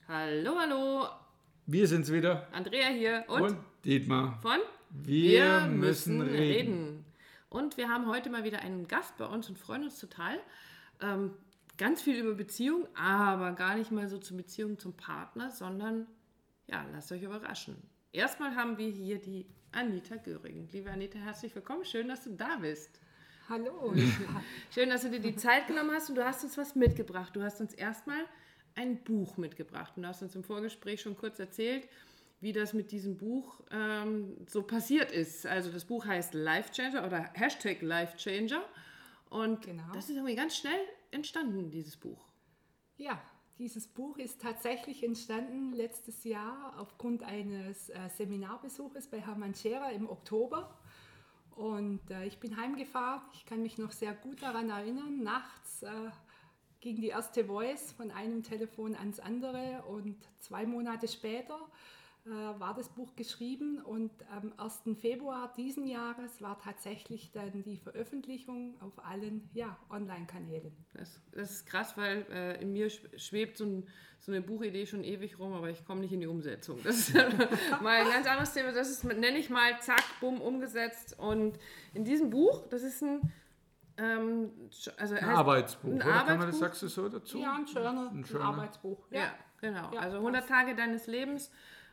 Hallo, hallo. Wir sind's wieder. Andrea hier Und Dietmar. von Wir müssen reden. Und wir haben heute mal wieder einen Gast bei uns und freuen uns total. Ganz viel über Beziehung, aber gar nicht mal so zur Beziehung zum Partner, sondern, ja, lasst euch überraschen. Erstmal haben wir hier die Anita Göring. Liebe Anita, herzlich willkommen. Schön, dass du da bist. Hallo. Schön, dass du dir die Zeit genommen hast und du hast uns was mitgebracht. Du hast uns erstmal ein Buch mitgebracht und du hast uns im Vorgespräch schon kurz erzählt, wie das mit diesem Buch so passiert ist. Also das Buch heißt Life Changer oder Hashtag Life Changer und Das ist irgendwie ganz schnell entstanden, dieses Buch. Ja, dieses Buch ist tatsächlich entstanden letztes Jahr aufgrund eines Seminarbesuches bei Hermann Scherer im Oktober. Und ich bin heimgefahren, ich kann mich noch sehr gut daran erinnern, nachts ging die erste Voice von einem Telefon ans andere und 2 Monate später war das Buch geschrieben und am 1. Februar diesen Jahres war tatsächlich dann die Veröffentlichung auf allen Online-Kanälen. Das ist krass, weil in mir schwebt so eine Buchidee schon ewig rum, aber ich komme nicht in die Umsetzung. Das ist mal ein ganz anderes Thema. Das ist, nenne ich mal, zack, bumm, umgesetzt. Und in diesem Buch, das ist ein Arbeitsbuch, ein oder? Arbeitsbuch. Kann man das, sagst du so dazu? Ja, ein Arbeitsbuch. Ja, genau. Ja, also 100 Tage deines Lebens.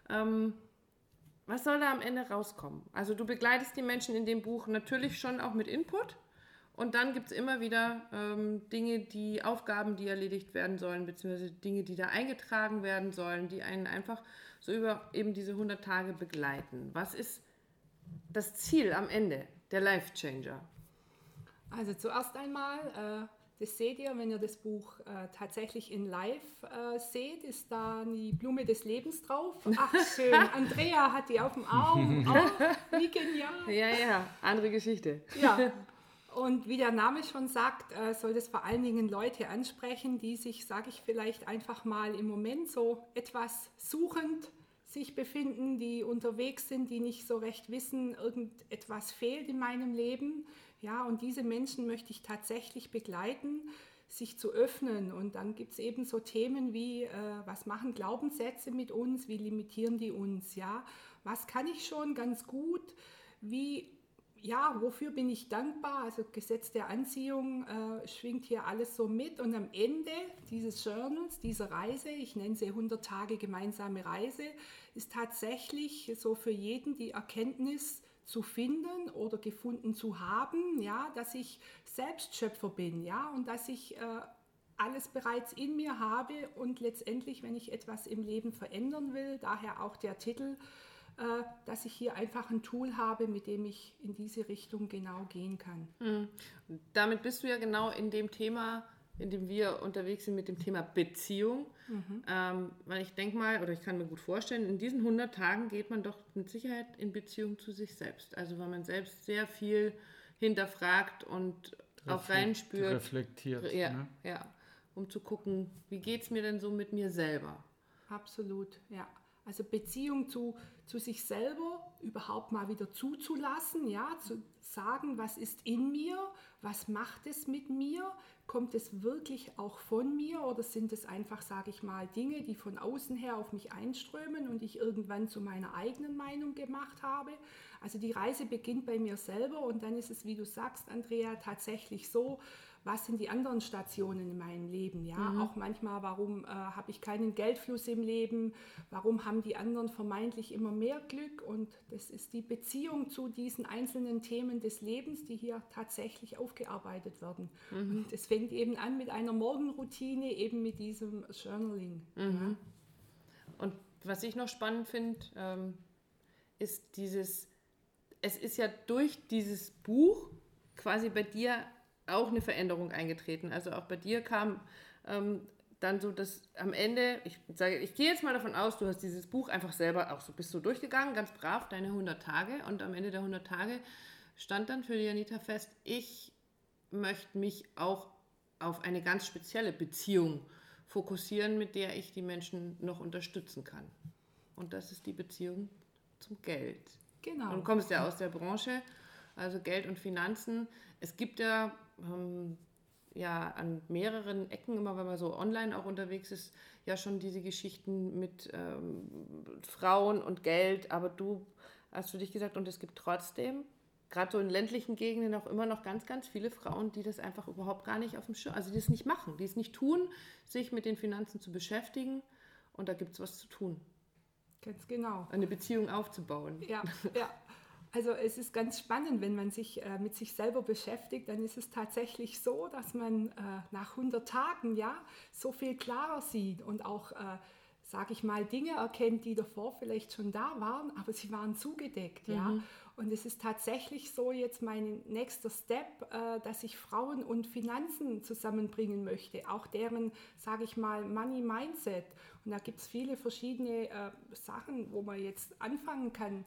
Was soll da am Ende rauskommen? Also du begleitest die Menschen in dem Buch natürlich schon auch mit Input und dann gibt es immer wieder Aufgaben, die erledigt werden sollen, beziehungsweise Dinge, die da eingetragen werden sollen, die einen einfach so über eben diese 100 Tage begleiten. Was ist das Ziel am Ende, der Life Changer? Also zuerst einmal, das seht ihr, wenn ihr das Buch tatsächlich in live seht, ist da die Blume des Lebens drauf. Ach schön, Andrea hat die auf dem Arm, wie genial. Ja, andere Geschichte. Ja, und wie der Name schon sagt, soll das vor allen Dingen Leute ansprechen, die sich, sage ich vielleicht einfach mal im Moment so etwas suchend sich befinden, die unterwegs sind, die nicht so recht wissen, irgendetwas fehlt in meinem Leben. Ja, und diese Menschen möchte ich tatsächlich begleiten, sich zu öffnen. Und dann gibt es eben so Themen wie, was machen Glaubenssätze mit uns, wie limitieren die uns? Ja, was kann ich schon ganz gut? Wofür bin ich dankbar? Also Gesetz der Anziehung schwingt hier alles so mit. Und am Ende dieses Journals, dieser Reise, ich nenne sie 100 Tage gemeinsame Reise, ist tatsächlich so für jeden die Erkenntnis zu finden oder gefunden zu haben, ja, dass ich Selbstschöpfer bin, ja, und dass ich alles bereits in mir habe und letztendlich, wenn ich etwas im Leben verändern will, daher auch der Titel, dass ich hier einfach ein Tool habe, mit dem ich in diese Richtung genau gehen kann. Damit bist du ja genau in dem Thema, in dem wir unterwegs sind, mit dem Thema Beziehung. Weil ich denke mal, oder ich kann mir gut vorstellen, in diesen 100 Tagen geht man doch mit Sicherheit in Beziehung zu sich selbst. Also weil man selbst sehr viel hinterfragt und auch reinspürt. Reflektiert. Ja, um zu gucken, wie geht es mir denn so mit mir selber? Absolut, ja. Also Beziehung zu sich selber überhaupt mal wieder zuzulassen, ja, zu sagen, was ist in mir, was macht es mit mir, kommt es wirklich auch von mir oder sind es einfach, sage ich mal, Dinge, die von außen her auf mich einströmen und ich irgendwann zu meiner eigenen Meinung gemacht habe. Also die Reise beginnt bei mir selber und dann ist es, wie du sagst, Andrea, tatsächlich so, was sind die anderen Stationen in meinem Leben? Ja? Auch manchmal, warum habe ich keinen Geldfluss im Leben? Warum haben die anderen vermeintlich immer mehr Glück? Und das ist die Beziehung zu diesen einzelnen Themen des Lebens, die hier tatsächlich aufgearbeitet werden. Und das fängt eben an mit einer Morgenroutine, eben mit diesem Journaling. Ja? Und was ich noch spannend finde, ist es ist ja durch dieses Buch quasi bei dir auch eine Veränderung eingetreten. Also auch bei dir kam dann so, dass am Ende, ich gehe jetzt mal davon aus, du hast dieses Buch einfach selber auch so, bist so durchgegangen, ganz brav, deine 100 Tage und am Ende der 100 Tage stand dann für die Anita fest, ich möchte mich auch auf eine ganz spezielle Beziehung fokussieren, mit der ich die Menschen noch unterstützen kann. Und das ist die Beziehung zum Geld. Genau. Und du kommst ja aus der Branche, also Geld und Finanzen. Es gibt ja ja an mehreren Ecken, immer wenn man so online auch unterwegs ist, ja schon diese Geschichten mit Frauen und Geld, aber du hast für dich gesagt, und es gibt trotzdem, gerade so in ländlichen Gegenden, auch immer noch ganz, ganz viele Frauen, die das einfach überhaupt gar nicht auf dem Schirm, also die das nicht machen, die es nicht tun, sich mit den Finanzen zu beschäftigen, und da gibt es was zu tun. Ganz genau. Eine Beziehung aufzubauen. Ja, ja. Also es ist ganz spannend, wenn man sich mit sich selber beschäftigt, dann ist es tatsächlich so, dass man nach 100 Tagen ja so viel klarer sieht und auch, sage ich mal, Dinge erkennt, die davor vielleicht schon da waren, aber sie waren zugedeckt. Ja? Und es ist tatsächlich so jetzt mein nächster Step, dass ich Frauen und Finanzen zusammenbringen möchte, auch deren, sage ich mal, Money Mindset. Und da gibt es viele verschiedene Sachen, wo man jetzt anfangen kann.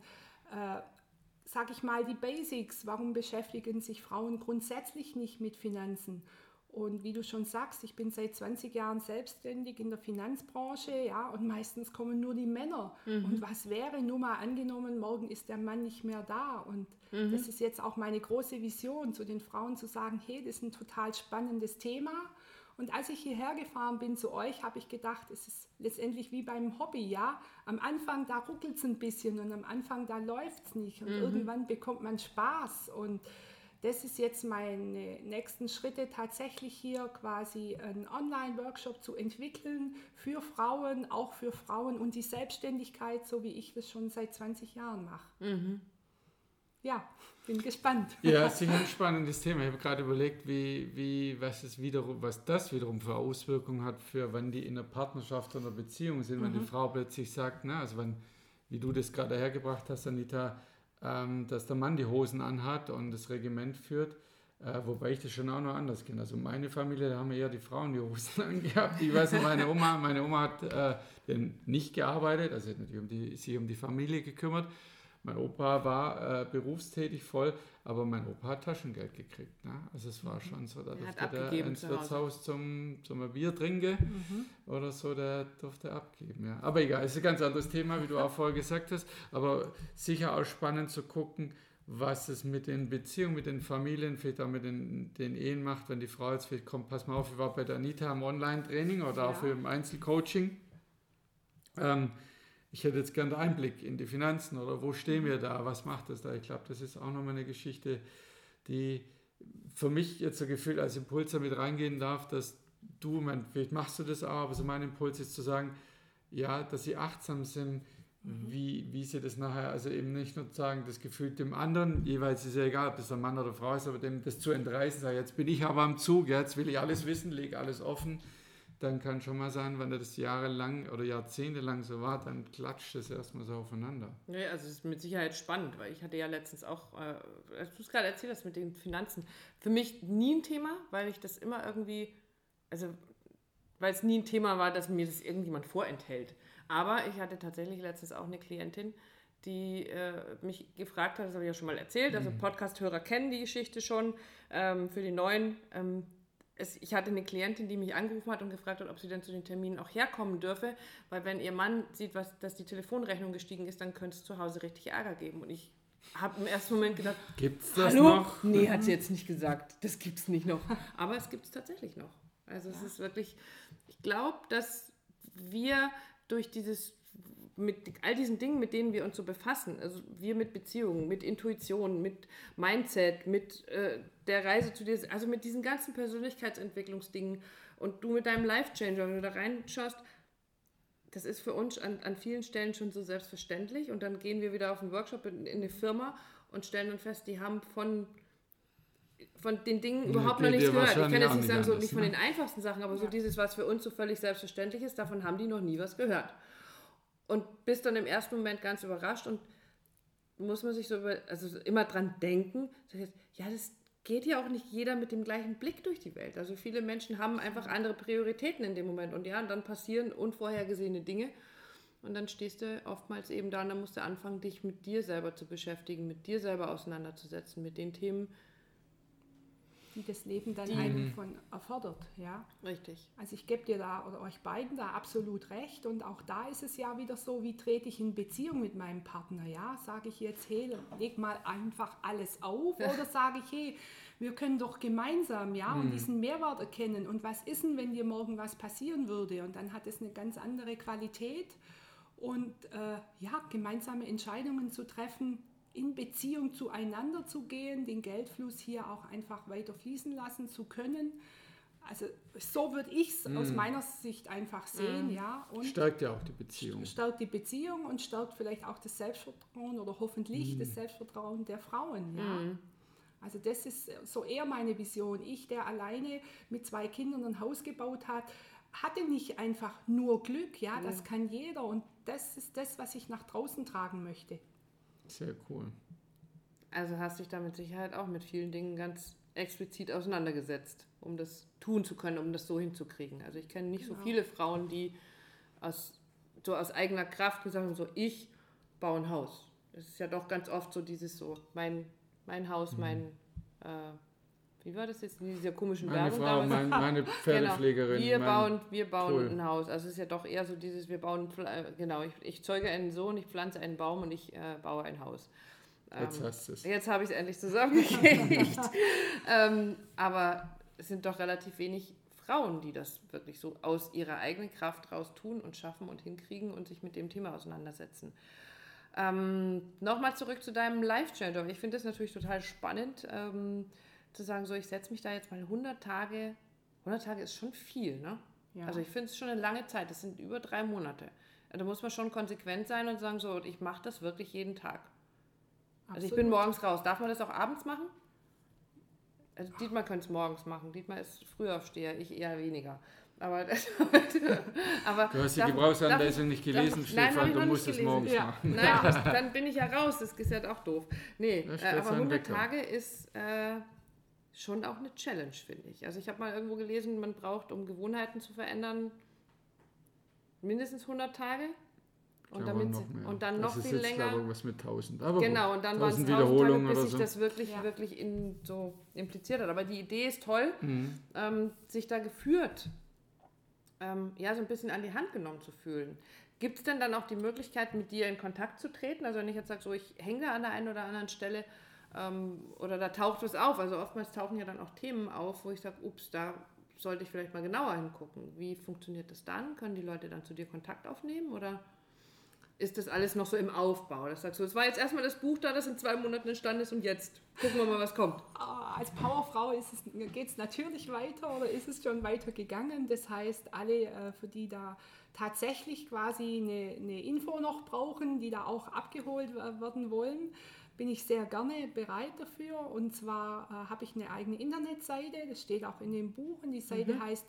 Sage ich mal, die Basics, warum beschäftigen sich Frauen grundsätzlich nicht mit Finanzen? Und wie du schon sagst, ich bin seit 20 Jahren selbstständig in der Finanzbranche, ja, und meistens kommen nur die Männer. Und was wäre, nur mal angenommen, morgen ist der Mann nicht mehr da? Und das ist jetzt auch meine große Vision, zu den Frauen zu sagen, hey, das ist ein total spannendes Thema. Und als ich hierher gefahren bin zu euch, habe ich gedacht, es ist letztendlich wie beim Hobby, ja. Am Anfang, da ruckelt es ein bisschen und am Anfang, da läuft es nicht. Und irgendwann bekommt man Spaß. Und das ist jetzt meine nächsten Schritte, tatsächlich hier quasi einen Online-Workshop zu entwickeln für Frauen, auch für Frauen und die Selbstständigkeit, so wie ich das schon seit 20 Jahren mache. Ja, bin gespannt. Ja, sicher ein spannendes Thema. Ich habe gerade überlegt, was das wiederum für Auswirkungen hat, für wann die in einer Partnerschaft oder einer Beziehung sind, wenn die Frau plötzlich sagt, ne, also wie du das gerade hergebracht hast, Anita, dass der Mann die Hosen anhat und das Regiment führt, wobei ich das schon auch noch anders kenne. Also meine Familie, da haben eher die Frauen die Hosen angehabt. Ich weiß nicht, meine Oma hat nicht gearbeitet, also hat natürlich sich um die Familie gekümmert. Mein Opa war berufstätig voll, aber mein Opa hat Taschengeld gekriegt. Ne? Also es war schon so, da durfte der ins Wirtshaus zum Bier trinken oder so, der durfte abgeben. Ja. Aber egal, ist ein ganz anderes Thema, wie du auch vorher gesagt hast. Aber sicher auch spannend zu gucken, was es mit den Beziehungen, mit den Familien, vielleicht auch mit den Ehen macht, wenn die Frau jetzt vielleicht kommt, pass mal auf, ich war bei der Anita im Online-Training oder auch für im Einzelcoaching. Ich hätte jetzt gerne einen Einblick in die Finanzen oder wo stehen wir da, was macht das da? Ich glaube, das ist auch nochmal eine Geschichte, die für mich jetzt so gefühlt als Impuls damit reingehen darf, dass vielleicht machst du das auch, aber so mein Impuls ist zu sagen, ja, dass sie achtsam sind, wie sie das nachher, also eben nicht nur sagen, das Gefühl dem anderen, jeweils ist ja egal, ob das ein Mann oder Frau ist, aber dem das zu entreißen, sagen, jetzt bin ich aber am Zug, jetzt will ich alles wissen, lege alles offen. Dann kann schon mal sein, wenn das jahrelang oder jahrzehntelang so war, dann klatscht das erstmal so aufeinander. Ja, also es ist mit Sicherheit spannend, weil ich hatte ja letztens auch, als du es gerade erzählt hast mit den Finanzen, für mich nie ein Thema, weil ich das immer irgendwie, also weil es nie ein Thema war, dass mir das irgendjemand vorenthält. Aber ich hatte tatsächlich letztens auch eine Klientin, die mich gefragt hat, das habe ich ja schon mal erzählt, also Podcast-Hörer kennen die Geschichte schon, für die Neuen, ich hatte eine Klientin, die mich angerufen hat und gefragt hat, ob sie denn zu den Terminen auch herkommen dürfe, weil wenn ihr Mann sieht, dass die Telefonrechnung gestiegen ist, dann könnte es zu Hause richtig Ärger geben. Und ich habe im ersten Moment gedacht, gibt's das hallo? noch? Nee, hat sie jetzt nicht gesagt. Das gibt es nicht noch. Aber es gibt es tatsächlich noch. Also es ist wirklich, ich glaube, dass wir durch mit all diesen Dingen, mit denen wir uns so befassen, also wir mit Beziehungen, mit Intuition, mit Mindset, mit der Reise zu dir, also mit diesen ganzen Persönlichkeitsentwicklungsdingen und du mit deinem Life-Changer, wenn du da reinschaust, das ist für uns an vielen Stellen schon so selbstverständlich und dann gehen wir wieder auf einen Workshop in eine Firma und stellen dann fest, die haben von den Dingen überhaupt noch nichts gehört. Ich kann jetzt nicht sagen, so nicht von den einfachsten Sachen, aber so dieses, was für uns so völlig selbstverständlich ist, davon haben die noch nie was gehört. Und bist dann im ersten Moment ganz überrascht und muss man sich also immer dran denken, ja, das geht ja auch nicht jeder mit dem gleichen Blick durch die Welt. Also viele Menschen haben einfach andere Prioritäten in dem Moment und ja, und dann passieren unvorhergesehene Dinge und dann stehst du oftmals eben da und dann musst du anfangen, dich mit dir selber zu beschäftigen, mit dir selber auseinanderzusetzen, mit den Themen, die das Leben dann einem von erfordert, ja. Richtig. Also ich gebe dir da oder euch beiden da absolut recht und auch da ist es ja wieder so, wie trete ich in Beziehung mit meinem Partner, ja. Sage ich jetzt, hey, leg mal einfach alles auf oder sage ich, hey, wir können doch gemeinsam, und diesen Mehrwert erkennen. Und was ist denn, wenn dir morgen was passieren würde? Und dann hat es eine ganz andere Qualität. Und gemeinsame Entscheidungen zu treffen, in Beziehung zueinander zu gehen, den Geldfluss hier auch einfach weiter fließen lassen zu können. Also so würde ich es aus meiner Sicht einfach sehen. Ja. Und stärkt ja auch die Beziehung. Stärkt die Beziehung und stärkt vielleicht auch das Selbstvertrauen oder hoffentlich das Selbstvertrauen der Frauen. Ja. Also das ist so eher meine Vision. Ich, der alleine mit 2 Kindern ein Haus gebaut hat, hatte nicht einfach nur Glück. Ja, das kann jeder. Und das ist das, was ich nach draußen tragen möchte. Sehr cool. Also hast dich da mit Sicherheit auch mit vielen Dingen ganz explizit auseinandergesetzt, um das tun zu können, um das so hinzukriegen. Also ich kenne nicht so viele Frauen, die aus eigener Kraft gesagt haben, so ich baue ein Haus. Es ist ja doch ganz oft so dieses so, mein Haus, wie war das jetzt in dieser komischen Werbung? Meine Pferdepflegerin. Genau, wir bauen ein Haus. Also es ist ja doch eher so dieses, ich zeuge einen Sohn, ich pflanze einen Baum und ich baue ein Haus. Jetzt hast du es. Jetzt habe ich es endlich zusammengekriegt. Aber es sind doch relativ wenig Frauen, die das wirklich so aus ihrer eigenen Kraft raus tun und schaffen und hinkriegen und sich mit dem Thema auseinandersetzen. Nochmal zurück zu deinem Life-Change. Ich finde das natürlich total spannend, zu sagen, so ich setze mich da jetzt mal 100 Tage. 100 Tage ist schon viel, ne? Ja. Also ich finde es schon eine lange Zeit. Das sind über 3 Monate. Da muss man schon konsequent sein und sagen, so ich mache das wirklich jeden Tag. Absolut. Also ich bin morgens raus. Darf man das auch abends machen? Also Dietmar könnte es morgens machen. Dietmar ist Frühaufsteher, ich eher weniger. Aber du hast die Gebrauchsanweisung nicht gelesen, Stefan, du musst es morgens machen. Nein, dann bin ich ja raus, das ist ja auch doof. Nee, aber 100 Tage ist schon auch eine Challenge, finde ich. Also ich habe mal irgendwo gelesen, man braucht, um Gewohnheiten zu verändern, mindestens 100 Tage. Und, und dann noch viel länger. Das ist jetzt, glaube ich, was mit 1000. Aber genau, und dann waren es 1000 Tage, bis sich das wirklich so impliziert hat. Aber die Idee ist toll, sich da geführt, so ein bisschen an die Hand genommen zu fühlen. Gibt es denn dann auch die Möglichkeit, mit dir in Kontakt zu treten? Also wenn ich jetzt sage, so ich hänge da an der einen oder anderen Stelle oder da taucht was auf. Also oftmals tauchen ja dann auch Themen auf, wo ich sage, ups, da sollte ich vielleicht mal genauer hingucken. Wie funktioniert das dann? Können die Leute dann zu dir Kontakt aufnehmen oder ist das alles noch so im Aufbau? Das sagst du, es war jetzt erstmal das Buch da, das in 2 Monaten entstanden ist und jetzt gucken wir mal, was kommt. Als Powerfrau geht es natürlich weiter oder ist es schon weiter gegangen. Das heißt, alle, für die da tatsächlich quasi eine Info noch brauchen, die da auch abgeholt werden wollen, bin ich sehr gerne bereit dafür. Und zwar habe ich eine eigene Internetseite, das steht auch in dem Buch. Und die Seite heißt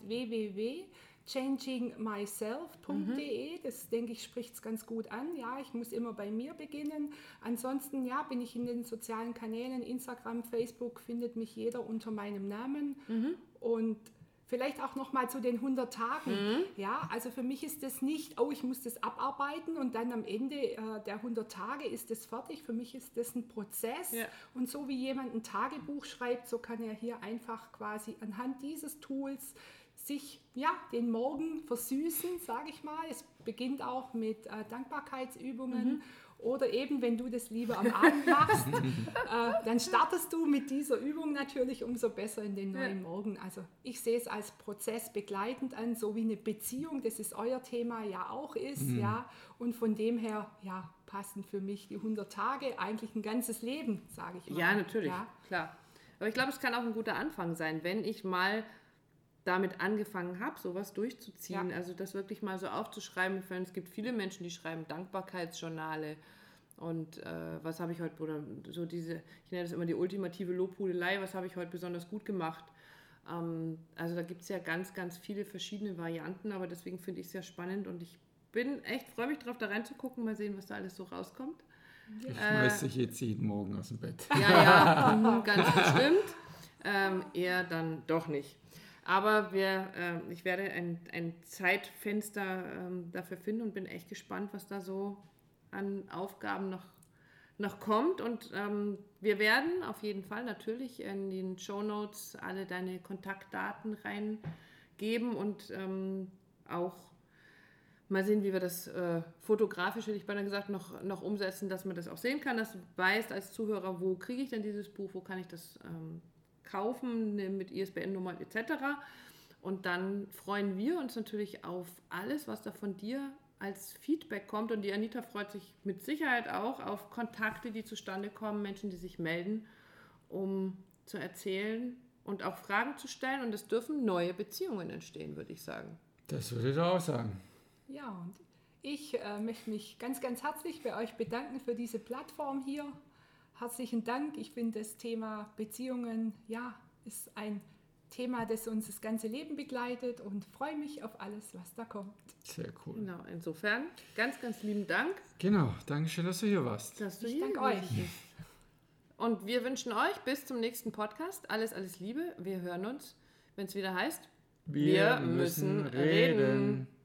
www.changingmyself.de. Das, denke ich, spricht es ganz gut an. Ja, ich muss immer bei mir beginnen. Ansonsten bin ich in den sozialen Kanälen, Instagram, Facebook, findet mich jeder unter meinem Namen. Und vielleicht auch noch mal zu den 100 Tagen. Ja, also für mich ist das nicht, ich muss das abarbeiten und dann am Ende der 100 Tage ist das fertig. Für mich ist das ein Prozess. Ja. Und so wie jemand ein Tagebuch schreibt, so kann er hier einfach quasi anhand dieses Tools sich den Morgen versüßen, sage ich mal. Es beginnt auch mit Dankbarkeitsübungen. Oder eben, wenn du das lieber am Abend machst, dann startest du mit dieser Übung natürlich umso besser in den neuen Morgen. Also ich sehe es als Prozess begleitend an, so wie eine Beziehung, das ist euer Thema, ja auch ist. Ja. Und von dem her passen für mich die 100 Tage eigentlich ein ganzes Leben, sage ich mal. Ja, natürlich, klar. Aber ich glaube, es kann auch ein guter Anfang sein, wenn ich mal damit angefangen habe, sowas durchzuziehen, also das wirklich mal so aufzuschreiben. Es gibt viele Menschen, die schreiben Dankbarkeitsjournale und was habe ich heute, oder so ich nenne das immer die ultimative Lobhudelei, was habe ich heute besonders gut gemacht. Also da gibt es ja ganz, ganz viele verschiedene Varianten, aber deswegen finde ich es sehr spannend und ich freue mich drauf, da reinzugucken, mal sehen, was da alles so rauskommt. Ich schmeiß dich jetzt jeden Morgen aus dem Bett. Ja, ganz bestimmt. Eher dann doch nicht. Aber ich werde ein Zeitfenster dafür finden und bin echt gespannt, was da so an Aufgaben noch kommt. Und wir werden auf jeden Fall natürlich in den Shownotes alle deine Kontaktdaten reingeben und auch mal sehen, wie wir das fotografisch, hätte ich beinahe gesagt, noch umsetzen, dass man das auch sehen kann, dass du weißt als Zuhörer, wo kriege ich denn dieses Buch, wo kann ich das kaufen mit ISBN-Nummern etc. Und dann freuen wir uns natürlich auf alles, was da von dir als Feedback kommt. Und die Anita freut sich mit Sicherheit auch auf Kontakte, die zustande kommen, Menschen, die sich melden, um zu erzählen und auch Fragen zu stellen. Und es dürfen neue Beziehungen entstehen, würde ich sagen. Das würde ich auch sagen. Ja, und ich möchte mich ganz, ganz herzlich bei euch bedanken für diese Plattform hier. Herzlichen Dank. Ich finde, das Thema Beziehungen, ja, ist ein Thema, das uns das ganze Leben begleitet und freue mich auf alles, was da kommt. Sehr cool. Genau, insofern ganz, ganz lieben Dank. Genau, danke schön, dass du hier warst. Ich danke euch. Und wir wünschen euch bis zum nächsten Podcast alles, alles Liebe. Wir hören uns, wenn es wieder heißt, Wir müssen reden.